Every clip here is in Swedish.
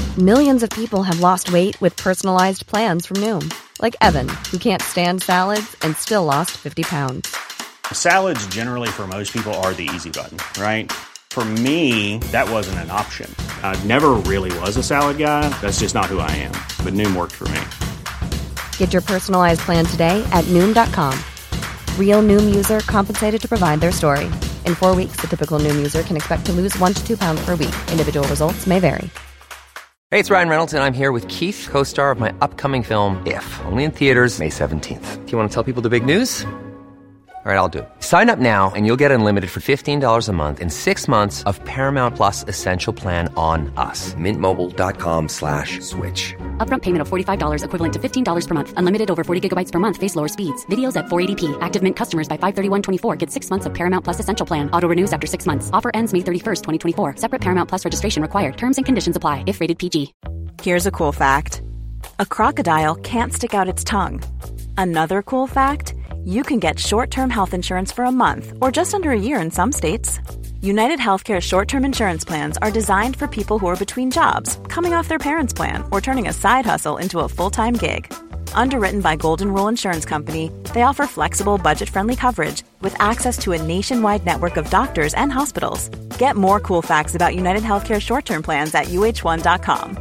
Millions of people have lost weight with personalized plans from Noom. Like Evan, who can't stand salads and still lost 50 pounds. Salads generally for most people are the easy button, right? For me, that wasn't an option. I never really was a salad guy. That's just not who I am. But Noom worked for me. Get your personalized plan today at Noom.com. Real Noom user compensated to provide their story. In 4 weeks, the typical Noom user can expect to lose 1 to 2 pounds per week. Individual results may vary. Hey, it's Ryan Reynolds, and I'm here with Keith, co-star of my upcoming film, If, only in theaters May 17th. Do you want to tell people the big news? All right, I'll do it. Sign up now and you'll get unlimited for $15 a month and 6 months of Paramount Plus Essential Plan on us. MintMobile.com/switch. Upfront payment of $45 equivalent to $15 per month. Unlimited over 40 gigabytes per month. Face lower speeds. Videos at 480p. Active Mint customers by 531.24 get 6 months of Paramount Plus Essential Plan. Auto renews after 6 months. Offer ends May 31st, 2024. Separate Paramount Plus registration required. Terms and conditions apply if rated PG. Here's a cool fact. A crocodile can't stick out its tongue. Another cool fact, you can get short-term health insurance for a month or just under a year in some states. United Healthcare short-term insurance plans are designed for people who are between jobs, coming off their parents' plan, or turning a side hustle into a full-time gig. Underwritten by Golden Rule Insurance Company, they offer flexible, budget-friendly coverage with access to a nationwide network of doctors and hospitals. Get more cool facts about United Healthcare short-term plans at uh1.com.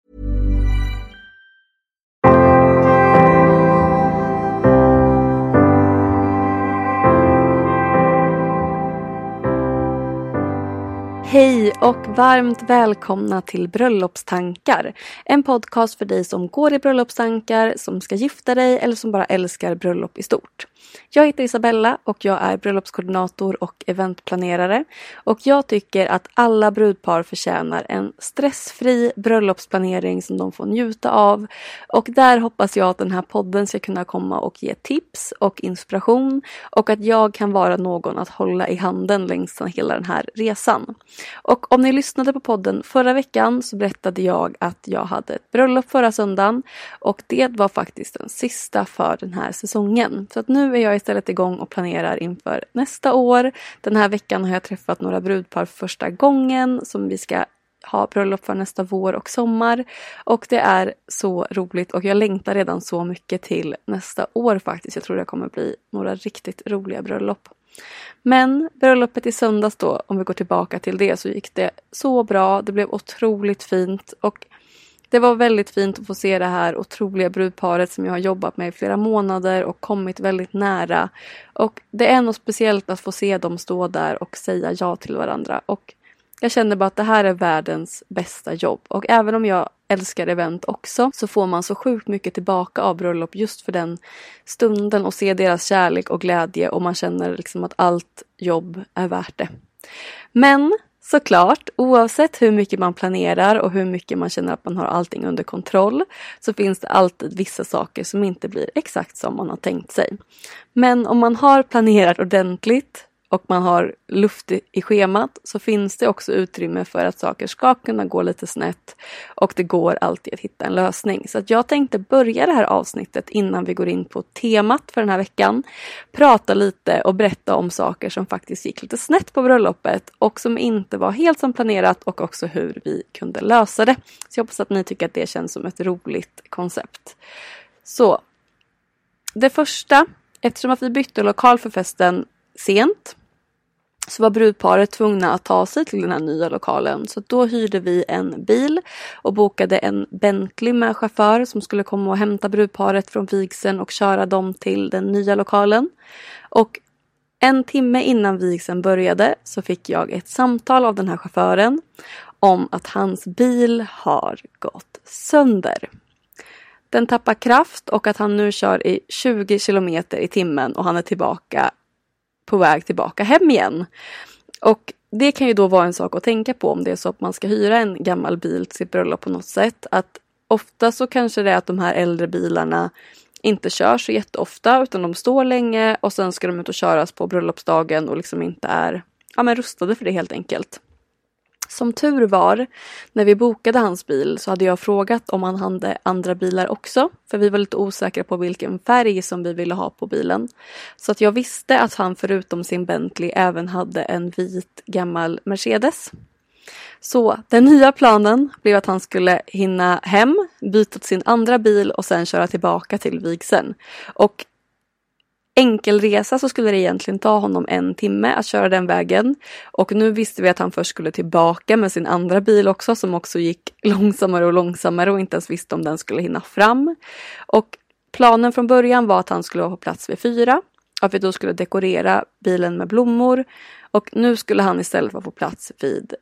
Hej och varmt välkomna till Bröllopstankar. En podcast för dig som går i bröllopstankar, som ska gifta dig eller som bara älskar bröllop i stort. Jag heter Isabella och jag är bröllopskoordinator och eventplanerare. Och jag tycker att alla brudpar förtjänar en stressfri bröllopsplanering som de får njuta av. Och där hoppas jag att den här podden ska kunna komma och ge tips och inspiration. Och att jag kan vara någon att hålla i handen längs hela den här resan. Och om ni lyssnade på podden förra veckan så berättade jag att jag hade ett bröllop förra söndagen. Och det var faktiskt den sista för den här säsongen. Så att nu är jag istället igång och planerar inför nästa år. Den här veckan har jag träffat några brudpar för första gången som vi ska ha bröllop för nästa vår och sommar. Och det är så roligt och jag längtar redan så mycket till nästa år faktiskt. Jag tror det kommer bli några riktigt roliga bröllop. Men bröllopet i söndags då, om vi går tillbaka till det, så gick det så bra. Det blev otroligt fint och det var väldigt fint att få se det här otroliga brudparet som jag har jobbat med i flera månader och kommit väldigt nära. Och det är något speciellt att få se dem stå där och säga ja till varandra. Och jag känner bara att det här är världens bästa jobb. Och även om jag älskar event också så får man så sjukt mycket tillbaka av bröllop just för den stunden och se deras kärlek och glädje. Och man känner liksom att allt jobb är värt det. Men såklart, oavsett hur mycket man planerar och hur mycket man känner att man har allting under kontroll så finns det alltid vissa saker som inte blir exakt som man har tänkt sig. Men om man har planerat ordentligt och man har luft i schemat så finns det också utrymme för att saker ska kunna gå lite snett och det går alltid att hitta en lösning. Så att jag tänkte börja det här avsnittet innan vi går in på temat för den här veckan. Prata lite och berätta om saker som faktiskt gick lite snett på bröllopet och som inte var helt som planerat och också hur vi kunde lösa det. Så jag hoppas att ni tycker att det känns som ett roligt koncept. Så, det första, eftersom att vi bytte lokal för festen sent så var brudparet tvungna att ta sig till den här nya lokalen. Så då hyrde vi en bil och bokade en Bentley med chaufför som skulle komma och hämta brudparet från vigseln och köra dem till den nya lokalen. Och en timme innan vigseln började så fick jag ett samtal av den här chauffören om att hans bil har gått sönder. Den tappar kraft och att han nu kör i 20 kilometer i timmen och han är på väg tillbaka hem igen. Och det kan ju då vara en sak att tänka på om det är så att man ska hyra en gammal bil till sitt bröllop på något sätt. Att ofta så kanske det är att de här äldre bilarna inte kör så jätteofta utan de står länge och sen ska de ut och köras på bröllopsdagen och liksom inte är rustade för det helt enkelt. Som tur var, när vi bokade hans bil så hade jag frågat om han hade andra bilar också. För vi var lite osäkra på vilken färg som vi ville ha på bilen. Så att jag visste att han förutom sin Bentley även hade en vit gammal Mercedes. Så den nya planen blev att han skulle hinna hem, byta till sin andra bil och sen köra tillbaka till vigseln. Och enkelresa så skulle det egentligen ta honom 1 timme att köra den vägen. Och nu visste vi att han först skulle tillbaka med sin andra bil också, som också gick långsammare och inte ens visste om den skulle hinna fram. Och planen från början var att han skulle vara på plats vid 4. Att vi då skulle dekorera bilen med blommor. Och nu skulle han istället vara på plats vid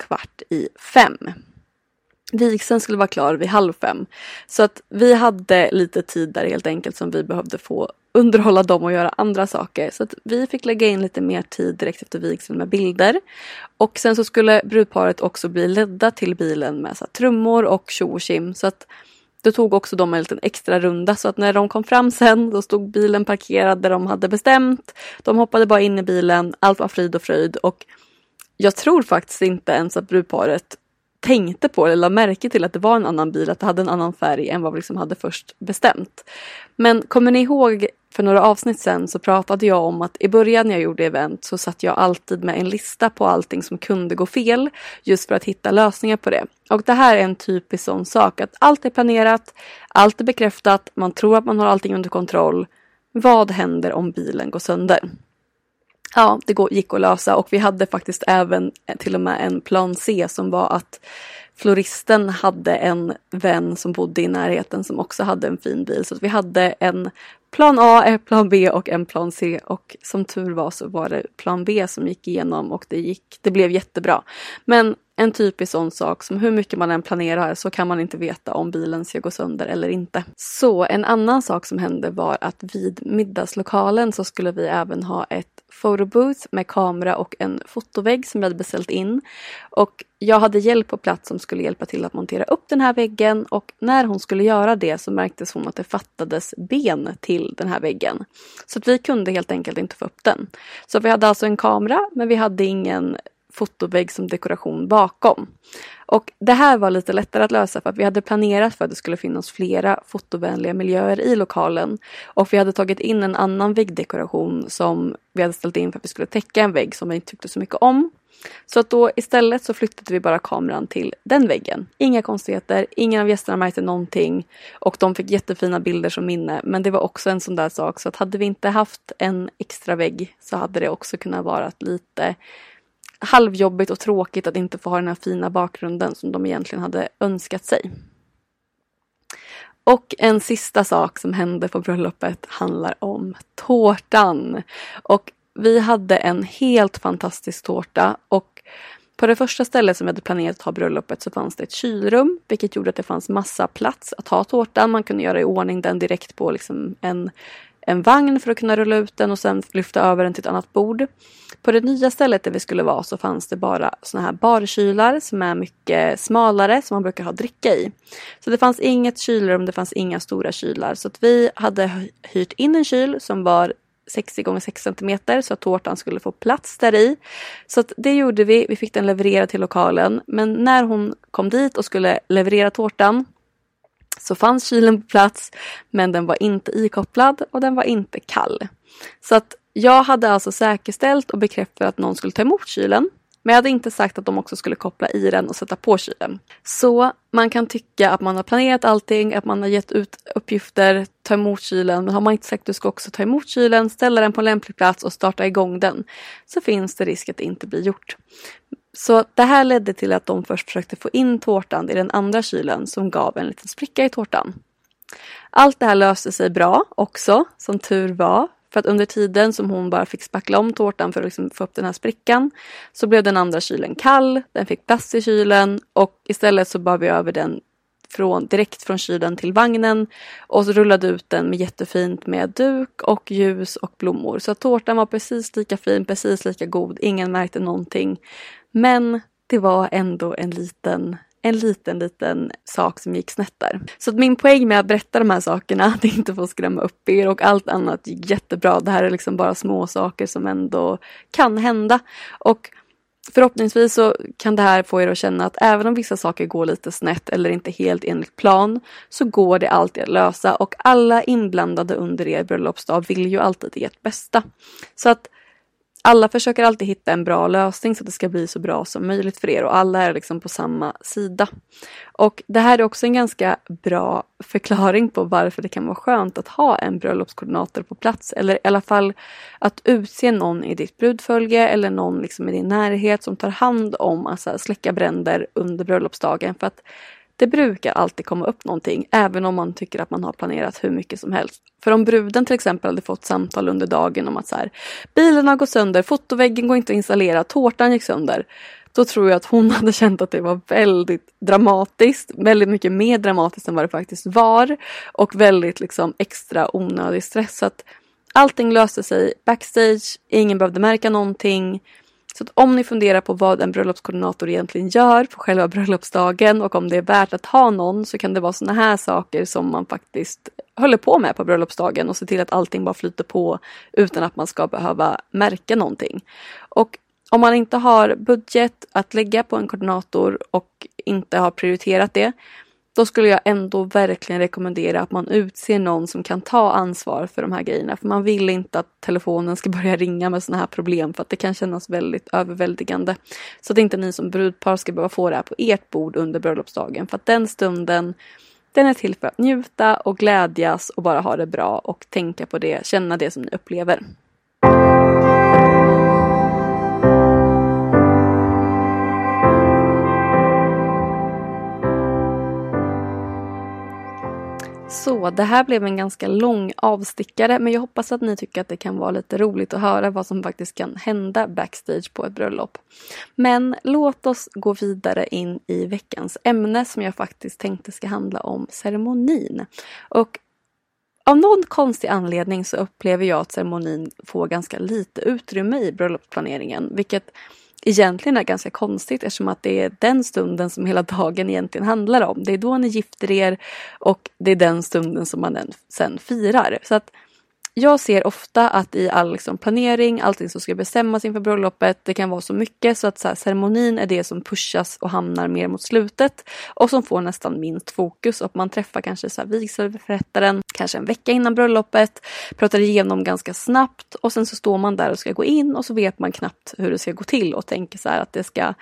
4:15. Vigseln skulle vara klar vid 4:30. Så att vi hade lite tid där helt enkelt som vi behövde få underhålla dem och göra andra saker. Så att vi fick lägga in lite mer tid direkt efter vigseln med bilder. Och sen så skulle brudparet också bli ledda till bilen med så här, trummor och tjo och tjim. Så att det tog också dem en liten extra runda. Så att när de kom fram sen, då stod bilen parkerad där de hade bestämt. De hoppade bara in i bilen. Allt var frid och fröjd. Och jag tror faktiskt inte ens att brudparet tänkte på eller lade märke till att det var en annan bil, att det hade en annan färg än vad vi liksom hade först bestämt. Men kommer ni ihåg för några avsnitt sen så pratade jag om att i början när jag gjorde event så satt jag alltid med en lista på allting som kunde gå fel just för att hitta lösningar på det. Och det här är en typisk sån sak att allt är planerat, allt är bekräftat, man tror att man har allting under kontroll. Vad händer om bilen går sönder? Ja, det gick att lösa och vi hade faktiskt även till och med en plan C som var att floristen hade en vän som bodde i närheten som också hade en fin bil. Så att vi hade en plan A, en plan B och en plan C och som tur var så var det plan B som gick igenom och det blev jättebra. Men en typisk sån sak som hur mycket man än planerar så kan man inte veta om bilen ska gå sönder eller inte. Så en annan sak som hände var att vid middagslokalen så skulle vi även ha ett photobooth med kamera och en fotovägg som vi hade beställt in. Och jag hade hjälp på plats som skulle hjälpa till att montera upp den här väggen och när hon skulle göra det så märktes hon att det fattades ben till den här väggen. Så att vi kunde helt enkelt inte få upp den. Så vi hade alltså en kamera men vi hade ingen fotovägg som dekoration bakom. Och det här var lite lättare att lösa för att vi hade planerat för att det skulle finnas flera fotovänliga miljöer i lokalen. Och vi hade tagit in en annan väggdekoration som vi hade ställt in för att vi skulle täcka en vägg som vi inte tyckte så mycket om. Så att då istället så flyttade vi bara kameran till den väggen. Inga konstigheter, ingen av gästerna märkte någonting och de fick jättefina bilder som minne. Men det var också en sån där sak så att hade vi inte haft en extra vägg så hade det också kunnat vara lite halvjobbigt och tråkigt att inte få ha den här fina bakgrunden som de egentligen hade önskat sig. Och en sista sak som hände på bröllopet handlar om tårtan. Och vi hade en helt fantastisk tårta och på det första stället som vi hade planerat att ha bröllopet så fanns det ett kylrum vilket gjorde att det fanns massa plats att ha tårtan. Man kunde göra i ordning den direkt på liksom en vagn för att kunna rulla ut den och sen lyfta över den till ett annat bord. På det nya stället där vi skulle vara så fanns det bara såna här barkylar som är mycket smalare som man brukar ha dricka i. Så det fanns inget kylrum, det fanns inga stora kylar. Så att vi hade hyrt in en kyl som var 60 x 6 cm så att tårtan skulle få plats där i. Så att det gjorde vi. Vi fick den levererad till lokalen. Men när hon kom dit och skulle leverera tårtan så fanns kylen på plats men den var inte ikopplad och den var inte kall. Så att jag hade alltså säkerställt och bekräftat att någon skulle ta emot kylen. Men jag hade inte sagt att de också skulle koppla i den och sätta på kylen. Så man kan tycka att man har planerat allting, att man har gett ut uppgifter, ta emot kylen. Men har man inte sagt att du ska också ta emot kylen, ställa den på en lämplig plats och starta igång den. Så finns det risk att det inte blir gjort. Så det här ledde till att de först försökte få in tårtan i den andra kylen som gav en liten spricka i tårtan. Allt det här löste sig bra också, som tur var. För att under tiden som hon bara fick spackla om tårtan för att liksom få upp den här sprickan så blev den andra kylen kall, den fick plats i kylen och istället så bar vi över den direkt från kylen till vagnen och så rullade ut den med jättefint med duk och ljus och blommor. Så att tårtan var precis lika fin, precis lika god, ingen märkte någonting. Men det var ändå en liten sak som gick snett där. Så att min poäng med att berätta de här sakerna det är inte för att skrämma upp er och allt annat gick jättebra. Det här är liksom bara små saker som ändå kan hända. Och förhoppningsvis så kan det här få er att känna att även om vissa saker går lite snett eller inte helt enligt plan så går det alltid att lösa och alla inblandade under er bröllopsdag vill ju alltid ert bästa. Så att alla försöker alltid hitta en bra lösning så att det ska bli så bra som möjligt för er och alla är liksom på samma sida. Och det här är också en ganska bra förklaring på varför det kan vara skönt att ha en bröllopskoordinator på plats eller i alla fall att utse någon i ditt brudfölje eller någon liksom i din närhet som tar hand om att släcka bränder under bröllopsdagen för att det brukar alltid komma upp någonting, även om man tycker att man har planerat hur mycket som helst. För om bruden till exempel hade fått samtal under dagen om att bilen har gått sönder, fotoväggen går inte att installera, tårtan gick sönder. Då tror jag att hon hade känt att det var väldigt dramatiskt, väldigt mycket mer dramatiskt än vad det faktiskt var. Och väldigt liksom extra onödig stress. Så att allting löste sig backstage, ingen behövde märka någonting. Så att om ni funderar på vad en bröllopskoordinator egentligen gör på själva bröllopsdagen och om det är värt att ha någon så kan det vara såna här saker som man faktiskt håller på med på bröllopsdagen och se till att allting bara flyter på utan att man ska behöva märka någonting. Och om man inte har budget att lägga på en koordinator och inte har prioriterat det, då skulle jag ändå verkligen rekommendera att man utser någon som kan ta ansvar för de här grejerna. För man vill inte att telefonen ska börja ringa med såna här problem för att det kan kännas väldigt överväldigande. Så att inte ni som brudpar ska behöva få det här på ert bord under bröllopsdagen. För att den stunden, den är till för att njuta och glädjas och bara ha det bra och tänka på det, känna det som ni upplever. Så det här blev en ganska lång avstickare men jag hoppas att ni tycker att det kan vara lite roligt att höra vad som faktiskt kan hända backstage på ett bröllop. Men låt oss gå vidare in i veckans ämne som jag faktiskt tänkte ska handla om ceremonin. Och av någon konstig anledning så upplever jag att ceremonin får ganska lite utrymme i bröllopsplaneringen, vilket egentligen är ganska konstigt eftersom att det är den stunden som hela dagen egentligen handlar om. Det är då ni gifter er och det är den stunden som man sen firar. Så att jag ser ofta att i all liksom planering, allting som ska bestämmas inför bröllopet, det kan vara så mycket så att ceremonin är det som pushas och hamnar mer mot slutet och som får nästan minst fokus och man träffar kanske vigselförrättaren kanske en vecka innan bröllopet, pratar igenom ganska snabbt och sen så står man där och ska gå in och så vet man knappt hur det ska gå till och tänker att det ska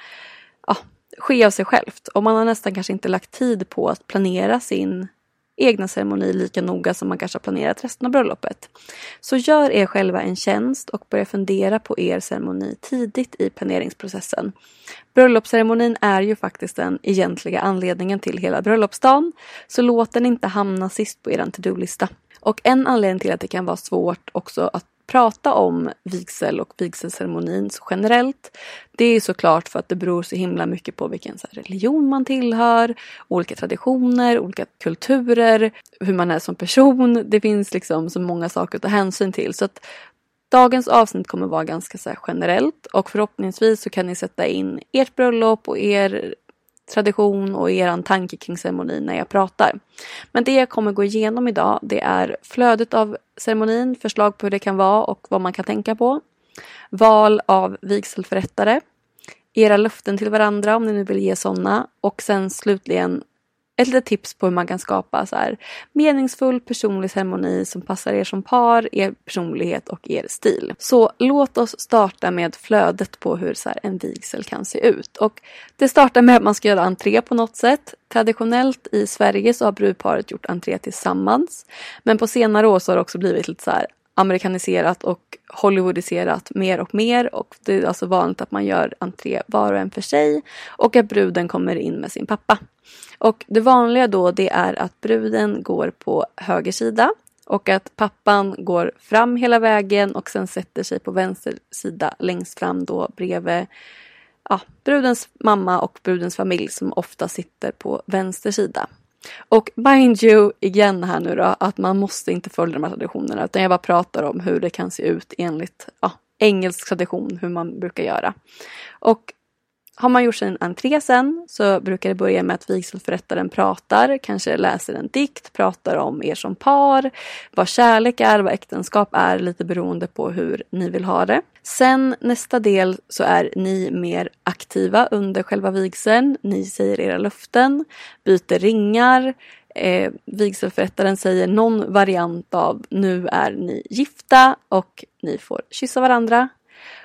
ske av sig självt och man har nästan kanske inte lagt tid på att planera sin egna ceremoni lika noga som man kanske har planerat resten av bröllopet. Så gör er själva en tjänst och börja fundera på er ceremoni tidigt i planeringsprocessen. Bröllopsceremonin är ju faktiskt den egentliga anledningen till hela bröllopsdagen, så låt den inte hamna sist på er to-do-lista. Och en anledning till att det kan vara svårt också att prata om vigsel och vigselceremonin så generellt, det är såklart för att det beror så himla mycket på vilken religion man tillhör, olika traditioner, olika kulturer, hur man är som person. Det finns liksom så många saker att ta hänsyn till. Så att dagens avsnitt kommer vara ganska generellt och förhoppningsvis så kan ni sätta in ert bröllop och er tradition och er tanke kring ceremonin när jag pratar. Men det jag kommer gå igenom idag, det är flödet av ceremonin, förslag på hur det kan vara och vad man kan tänka på. Val av vigselförrättare, era löften till varandra om ni nu vill ge sådana och sen slutligen ett litet tips på hur man kan skapa meningsfull personlig ceremoni som passar er som par, er personlighet och er stil. Så låt oss starta med flödet på hur en vigsel kan se ut. Och det startar med att man ska göra entré på något sätt. Traditionellt i Sverige så har brudparet gjort entré tillsammans. Men på senare år så har det också blivit lite amerikaniserat och hollywoodiserat mer och mer och det är alltså vanligt att man gör entré var och en för sig och att bruden kommer in med sin pappa. Och det vanliga då det är att bruden går på höger sida och att pappan går fram hela vägen och sen sätter sig på vänster sida längst fram då bredvid brudens mamma och brudens familj som ofta sitter på vänster sida. Och mind you, igen här nu då, att man måste inte följa de här traditionerna utan jag bara pratar om hur det kan se ut enligt engelsk tradition, hur man brukar göra. Och har man gjort sin entré sen så brukar det börja med att vigselförrättaren pratar, kanske läser en dikt, pratar om er som par, vad kärlek är, vad äktenskap är, lite beroende på hur ni vill ha det. Sen nästa del så är ni mer aktiva under själva vigseln, ni säger era löften, byter ringar, vigselförrättaren säger någon variant av nu är ni gifta och ni får kyssa varandra.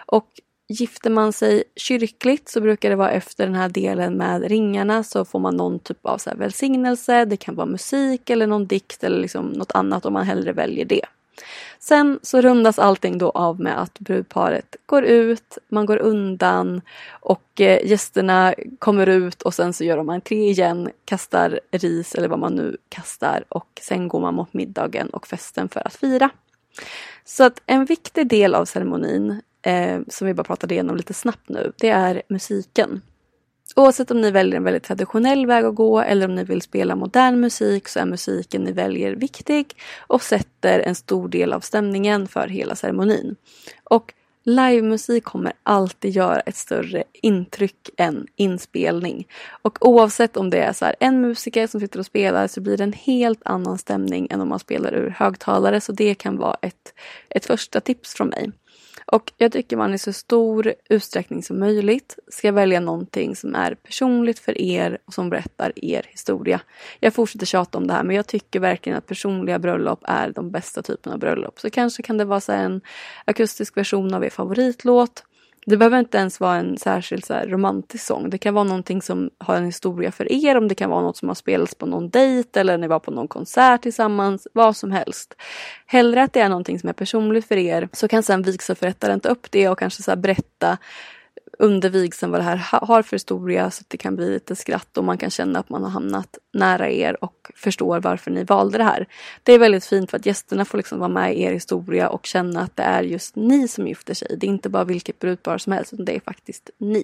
Och gifter man sig kyrkligt så brukar det vara efter den här delen med ringarna, så får man någon typ av så här välsignelse. Det kan vara musik eller någon dikt eller liksom något annat om man hellre väljer det. Sen så rundas allting då av med att brudparet går ut, man går undan och gästerna kommer ut och sen så gör de entré igen, kastar ris eller vad man nu kastar och sen går man mot middagen och festen för att fira. Så att en viktig del av ceremonin som vi bara pratade igenom lite snabbt nu, det är musiken. Oavsett om ni väljer en väldigt traditionell väg att gå eller om ni vill spela modern musik, så är musiken ni väljer viktig och sätter en stor del av stämningen för hela ceremonin. Och livemusik kommer alltid göra ett större intryck än inspelning. Och oavsett om det är så här en musiker som sitter och spelar, så blir det en helt annan stämning än om man spelar ur högtalare. Så det kan vara ett första tips från mig. Och jag tycker man i så stor utsträckning som möjligt ska välja någonting som är personligt för er och som berättar er historia. Jag fortsätter tjata om det här, men jag tycker verkligen att personliga bröllop är de bästa typen av bröllop. Så kanske kan det vara så en akustisk version av er favoritlåt. Det behöver inte ens vara en särskild så här romantisk sång. Det kan vara någonting som har en historia för er. Om det kan vara något som har spelats på någon dejt eller ni var på någon konsert tillsammans. Vad som helst. Hellre att det är någonting som är personligt för er, så kan sen vigselförrättaren ta upp det och kanske så här berätta under vigseln vad det här har för historia, så att det kan bli lite skratt och man kan känna att man har hamnat nära er och förstår varför ni valde det här. Det är väldigt fint för att gästerna får liksom vara med i er historia och känna att det är just ni som gifter sig. Det är inte bara vilket brudpar som helst, utan det är faktiskt ni.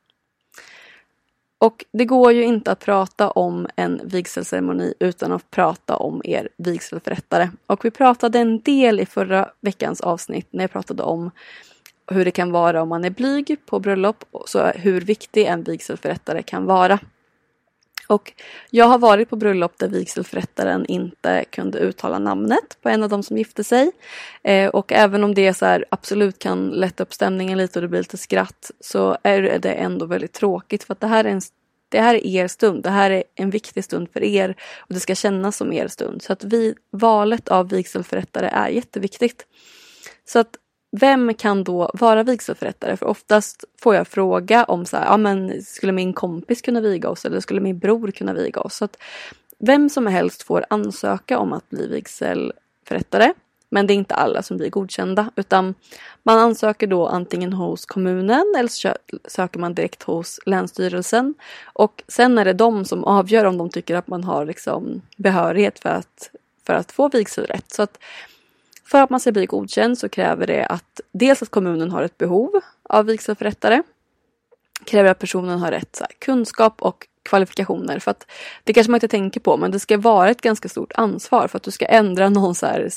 Och det går ju inte att prata om en vigselceremoni utan att prata om er vigselförrättare. Och vi pratade en del i förra veckans avsnitt när jag pratade om hur det kan vara om man är blyg på bröllop, och så hur viktig en vigselförrättare kan vara. Och jag har varit på bröllop där vigselförrättaren inte kunde uttala namnet på en av dem som gifte sig. Och även om det så här absolut kan lätta upp stämningen lite och det blir lite skratt, så är det ändå väldigt tråkigt, för att det här är er stund. Det här är en viktig stund för er och det ska kännas som er stund. Så att valet av vigselförrättare är jätteviktigt. Så att vem kan då vara vigselförrättare? För oftast får jag fråga om så här, ja men skulle min kompis kunna viga oss eller skulle min bror kunna viga oss? Så att vem som helst får ansöka om att bli vigselförrättare. Men det är inte alla som blir godkända, utan man ansöker då antingen hos kommunen eller så söker man direkt hos Länsstyrelsen. Och sen är det de som avgör om de tycker att man har liksom behörighet för att få vigselrätt. Så att för att man ska bli godkänd så kräver det att dels att kommunen har ett behov av vigselförrättare. Kräver att personen har rätt så här, kunskap och kvalifikationer. För att det kanske man inte tänker på, men det ska vara ett ganska stort ansvar för att du ska ändra någon så här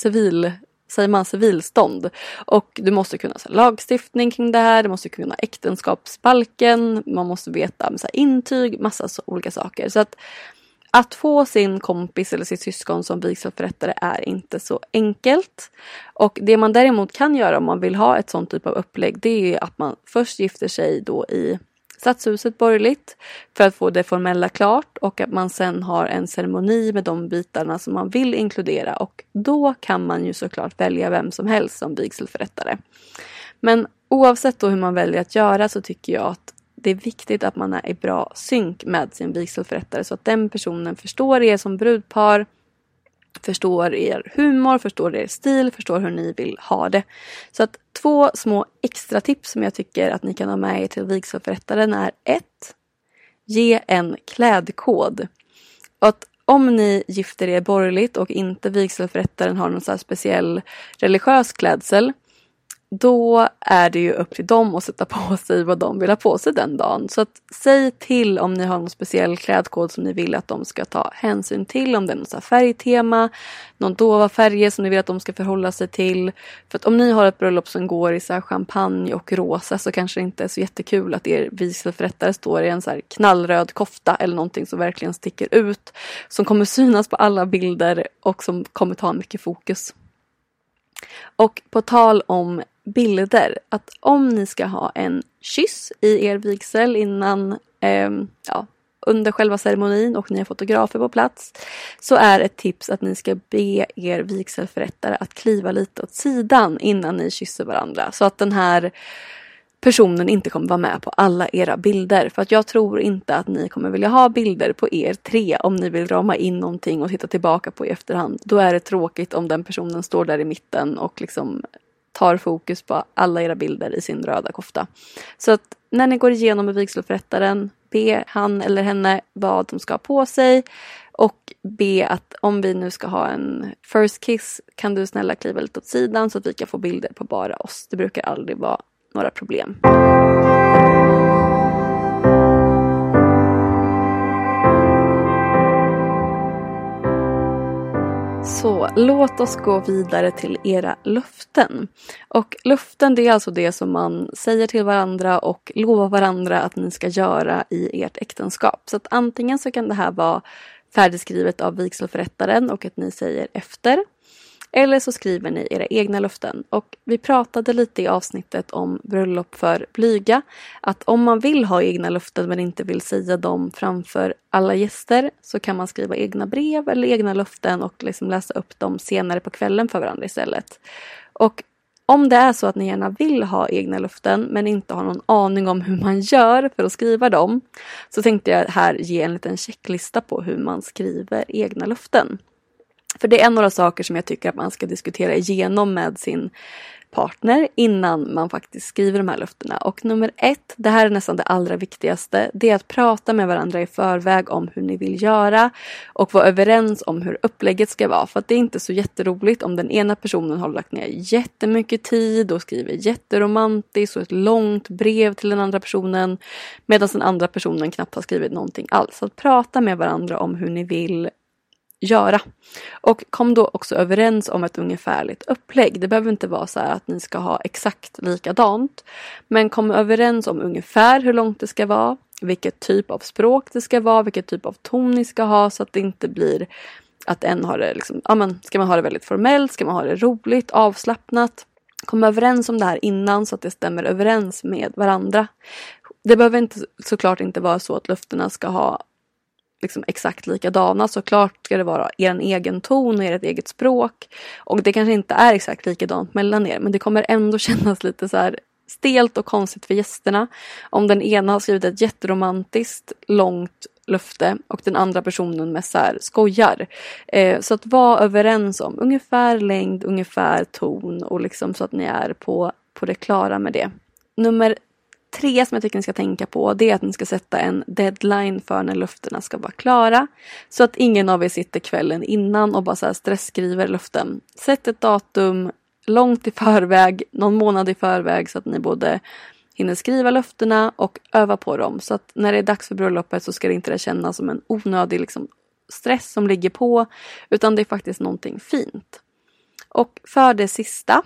civilstånd. Och du måste kunna så här, lagstiftning kring det här, du måste kunna äktenskapsbalken, man måste veta så här, intyg, massa olika saker. Så att få sin kompis eller sitt syskon som vigselförrättare är inte så enkelt. Och det man däremot kan göra om man vill ha ett sånt typ av upplägg, det är att man först gifter sig då i stadshuset borgerligt för att få det formella klart, och att man sen har en ceremoni med de bitarna som man vill inkludera, och då kan man ju såklart välja vem som helst som vigselförrättare. Men oavsett då hur man väljer att göra, så tycker jag att det är viktigt att man är i bra synk med sin vigselförrättare, så att den personen förstår er som brudpar, förstår er humor, förstår er stil, förstår hur ni vill ha det. Så att 2 små extra tips som jag tycker att ni kan ha med er till vigselförrättaren är 1. Ge en klädkod. Och att om ni gifter er borgerligt och inte vigselförrättaren har någon så här speciell religiös klädsel, då är det ju upp till dem att sätta på sig vad de vill ha på sig den dagen. Så att säg till om ni har någon speciell klädkod som ni vill att de ska ta hänsyn till. Om det är någon så här färgtema, någon dova färger som ni vill att de ska förhålla sig till. För att om ni har ett bröllop som går i så här champagne och rosa, så kanske det inte är så jättekul att er vigselförrättare står i en så här knallröd kofta eller någonting som verkligen sticker ut. Som kommer synas på alla bilder och som kommer ta mycket fokus. Och på tal om bilder, att om ni ska ha en kyss i er vigsel innan, under själva ceremonin och ni har fotografer på plats, så är ett tips att ni ska be er vigselförrättare att kliva lite åt sidan innan ni kysser varandra. Så att den här personen inte kommer vara med på alla era bilder. För att jag tror inte att ni kommer vilja ha bilder på er 3 om ni vill rama in någonting och titta tillbaka på i efterhand. Då är det tråkigt om den personen står där i mitten och liksom tar fokus på alla era bilder i sin röda kofta. Så att när ni går igenom med vigselförrättaren, be han eller henne vad de ska ha på sig. Och be att om vi nu ska ha en first kiss, kan du snälla kliva lite åt sidan så att vi kan få bilder på bara oss. Det brukar aldrig vara några problem. Så låt oss gå vidare till era löften. Och löften, det är alltså det som man säger till varandra och lovar varandra att ni ska göra i ert äktenskap. Så att antingen så kan det här vara färdigskrivet av vigselförrättaren och att ni säger efter. Eller så skriver ni era egna löften. Och vi pratade lite i avsnittet om bröllop för blyga. Att om man vill ha egna löften men inte vill säga dem framför alla gäster, så kan man skriva egna brev eller egna löften och liksom läsa upp dem senare på kvällen för varandra istället. Och om det är så att ni gärna vill ha egna löften men inte har någon aning om hur man gör för att skriva dem, så tänkte jag här ge en liten checklista på hur man skriver egna löften. För det är några saker som jag tycker att man ska diskutera igenom med sin partner innan man faktiskt skriver de här löftena. Och nummer 1, det här är nästan det allra viktigaste, det är att prata med varandra i förväg om hur ni vill göra och vara överens om hur upplägget ska vara. För att det är inte så jätteroligt om den ena personen har lagt ner jättemycket tid och skriver jätteromantiskt och ett långt brev till den andra personen, medan den andra personen knappt har skrivit någonting alls. Så att prata med varandra om hur ni vill göra. Och kom då också överens om ett ungefärligt upplägg. Det behöver inte vara så här att ni ska ha exakt likadant. Men kom överens om ungefär hur långt det ska vara. Vilket typ av språk det ska vara. Vilket typ av ton ni ska ha. Så att det inte blir att en har det liksom, ska man ha det väldigt formellt. Ska man ha det roligt, avslappnat. Kom överens om det här innan så att det stämmer överens med varandra. Det behöver såklart inte vara så att löftena ska ha liksom exakt likadana. Såklart ska det vara er egen ton och ert eget språk. Och det kanske inte är exakt likadant mellan er. Men det kommer ändå kännas lite så här stelt och konstigt för gästerna. Om den ena har skrivit ett jätteromantiskt långt löfte och den andra personen med så här skojar. Så att vara överens om ungefär längd, ungefär ton och liksom så att ni är på det klara med det. Nummer 3 som jag tycker ni ska tänka på, det är att ni ska sätta en deadline för när löftena ska vara klara. Så att ingen av er sitter kvällen innan och bara så här stressskriver löften. Sätt ett datum långt i förväg, någon månad i förväg, så att ni både hinner skriva löftena och öva på dem. Så att när det är dags för bröllopet så ska det inte kännas som en onödig liksom stress som ligger på, utan det är faktiskt någonting fint. Och för det sista,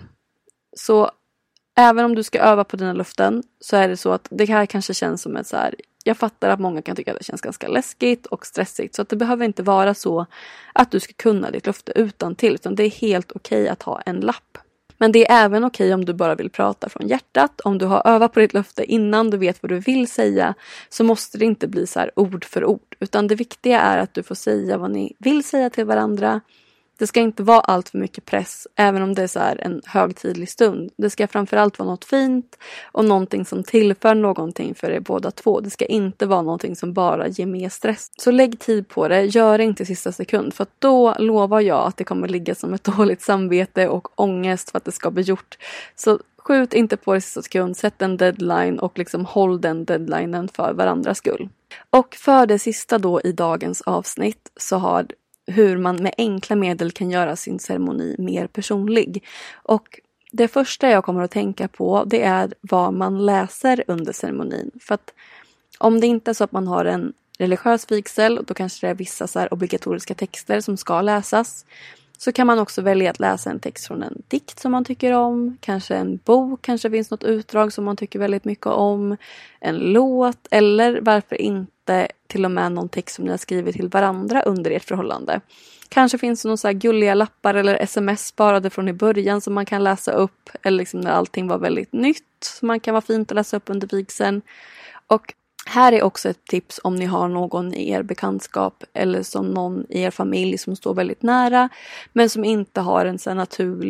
så även om du ska öva på dina löften, så är det så att det här kanske känns som ett så här, jag fattar att många kan tycka att det känns ganska läskigt och stressigt, så att det behöver inte vara så att du ska kunna ditt löfte utan till, utan det är helt okej att ha en lapp. Men det är även okej om du bara vill prata från hjärtat. Om du har övat på ditt löfte innan du vet vad du vill säga, så måste det inte bli så här ord för ord, utan det viktiga är att du får säga vad ni vill säga till varandra. Det ska inte vara allt för mycket press, även om det är så här en högtidlig stund. Det ska framförallt vara något fint och någonting som tillför någonting för er båda två. Det ska inte vara någonting som bara ger mer stress. Så lägg tid på det, gör det inte i sista sekund. För att då lovar jag att det kommer ligga som ett dåligt samvete och ångest för att det ska bli gjort. Så skjut inte på det i sista sekund, sätt en deadline och liksom håll den deadlinen för varandras skull. Och för det sista då i dagens avsnitt så har hur man med enkla medel kan göra sin ceremoni mer personlig. Och det första jag kommer att tänka på, det är vad man läser under ceremonin. För att om det inte är så att man har en religiös vigsel, då kanske det är vissa så här obligatoriska texter som ska läsas. Så kan man också välja att läsa en text från en dikt som man tycker om. Kanske en bok, kanske finns något utdrag som man tycker väldigt mycket om. En låt, eller varför inte till och med någon text som ni har skrivit till varandra under ert förhållande. Kanske finns det någon så här gulliga lappar eller sms sparade från i början som man kan läsa upp. Eller liksom när allting var väldigt nytt, som man kan vara fint att läsa upp under vigseln. Och här är också ett tips om ni har någon i er bekantskap eller som någon i er familj som står väldigt nära, men som inte har en så naturlig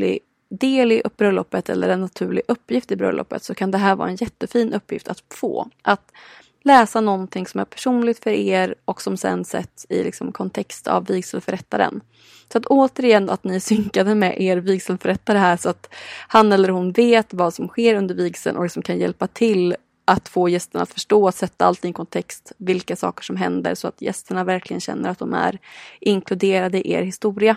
del i bröllopet eller en naturlig uppgift i bröllopet, så kan det här vara en jättefin uppgift att få. Att läsa någonting som är personligt för er och som sen sätts i liksom kontext av vigselförrättaren. Så att återigen att ni är synkade med er vigselförrättare här, så att han eller hon vet vad som sker under vigseln och liksom kan hjälpa till att få gästerna att förstå, att sätta allt i en kontext, vilka saker som händer, så att gästerna verkligen känner att de är inkluderade i er historia.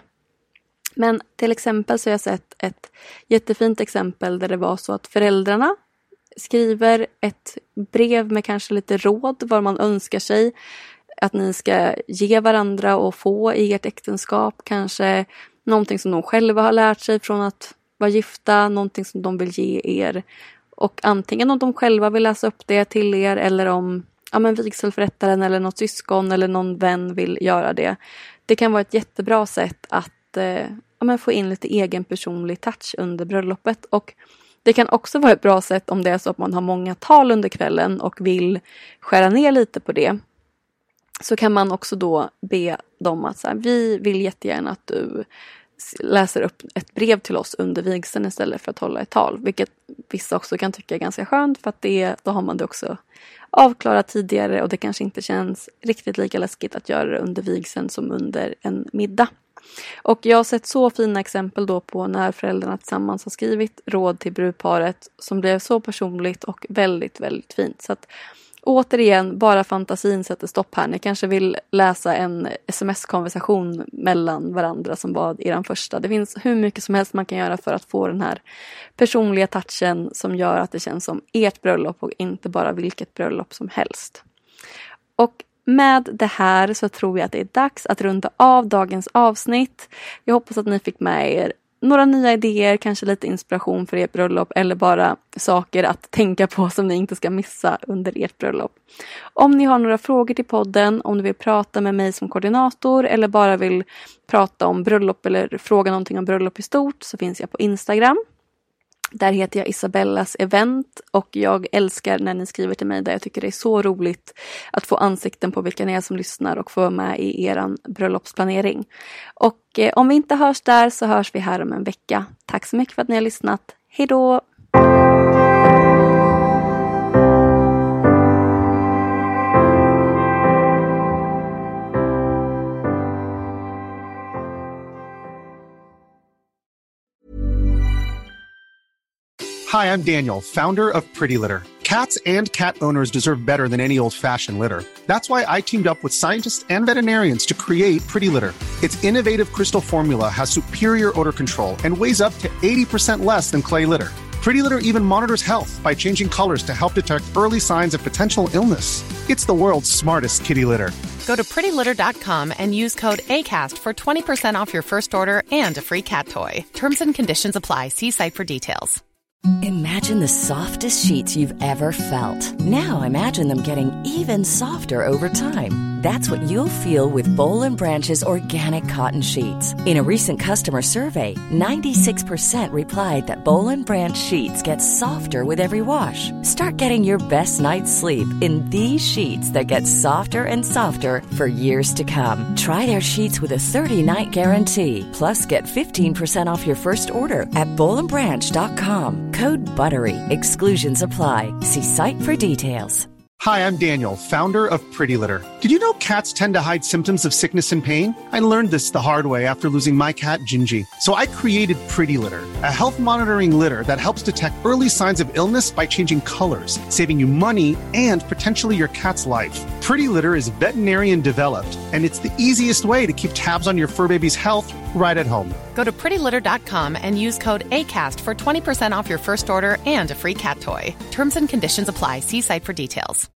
Men till exempel så har jag sett ett jättefint exempel där det var så att föräldrarna skriver ett brev med kanske lite råd vad man önskar sig att ni ska ge varandra och få i ert äktenskap. Kanske någonting som de själva har lärt sig från att vara gifta, någonting som de vill ge er. Och antingen om de själva vill läsa upp det till er, eller om vigselförrättaren eller något syskon eller någon vän vill göra det. Det kan vara ett jättebra sätt att få in lite egen personlig touch under bröllopet. Och det kan också vara ett bra sätt om det är så att man har många tal under kvällen och vill skära ner lite på det. Så kan man också då be dem att vi vill jättegärna att du läser upp ett brev till oss under vigseln istället för att hålla ett tal. Vilket vissa också kan tycka är ganska skönt, för att då har man det också avklarat tidigare och det kanske inte känns riktigt lika läskigt att göra det under vigseln som under en middag. Och jag har sett så fina exempel då på när föräldrarna tillsammans har skrivit råd till brudparet som blev så personligt och väldigt, väldigt fint. Så att återigen, bara fantasin sätter stopp här. Ni kanske vill läsa en sms-konversation mellan varandra som var er första. Det finns hur mycket som helst man kan göra för att få den här personliga touchen som gör att det känns som ert bröllop och inte bara vilket bröllop som helst. Och med det här så tror jag att det är dags att runda av dagens avsnitt. Jag hoppas att ni fick med er några nya idéer, kanske lite inspiration för ert bröllop eller bara saker att tänka på som ni inte ska missa under ert bröllop. Om ni har några frågor till podden, om ni vill prata med mig som koordinator eller bara vill prata om bröllop eller fråga någonting om bröllop i stort, så finns jag på Instagram. Där heter jag Isabellas event och jag älskar när ni skriver till mig där. Jag tycker det är så roligt att få ansikten på vilka ni är som lyssnar och få med i eran bröllopsplanering. Och om vi inte hörs där så hörs vi här om en vecka. Tack så mycket för att ni har lyssnat. Hej då! Hi, I'm Daniel, founder of Pretty Litter. Cats and cat owners deserve better than any old-fashioned litter. That's why I teamed up with scientists and veterinarians to create Pretty Litter. Its innovative crystal formula has superior odor control and weighs up to 80% less than clay litter. Pretty Litter even monitors health by changing colors to help detect early signs of potential illness. It's the world's smartest kitty litter. Go to prettylitter.com and use code ACAST for 20% off your first order and a free cat toy. Terms and conditions apply. See site for details. Imagine the softest sheets you've ever felt. Now imagine them getting even softer over time. That's what you'll feel with Boll & Branch's organic cotton sheets. In a recent customer survey, 96% replied that Boll & Branch sheets get softer with every wash. Start getting your best night's sleep in these sheets that get softer and softer for years to come. Try their sheets with a 30-night guarantee. Plus, get 15% off your first order at bollandbranch.com. Code BUTTERY. Exclusions apply. See site for details. Hi, I'm Daniel, founder of Pretty Litter. Did you know cats tend to hide symptoms of sickness and pain? I learned this the hard way after losing my cat, Gingy. So I created Pretty Litter, a health monitoring litter that helps detect early signs of illness by changing colors, saving you money and potentially your cat's life. Pretty Litter is veterinarian developed, and it's the easiest way to keep tabs on your fur baby's health right at home. Go to prettylitter.com and use code ACAST for 20% off your first order and a free cat toy. Terms and conditions apply. See site for details.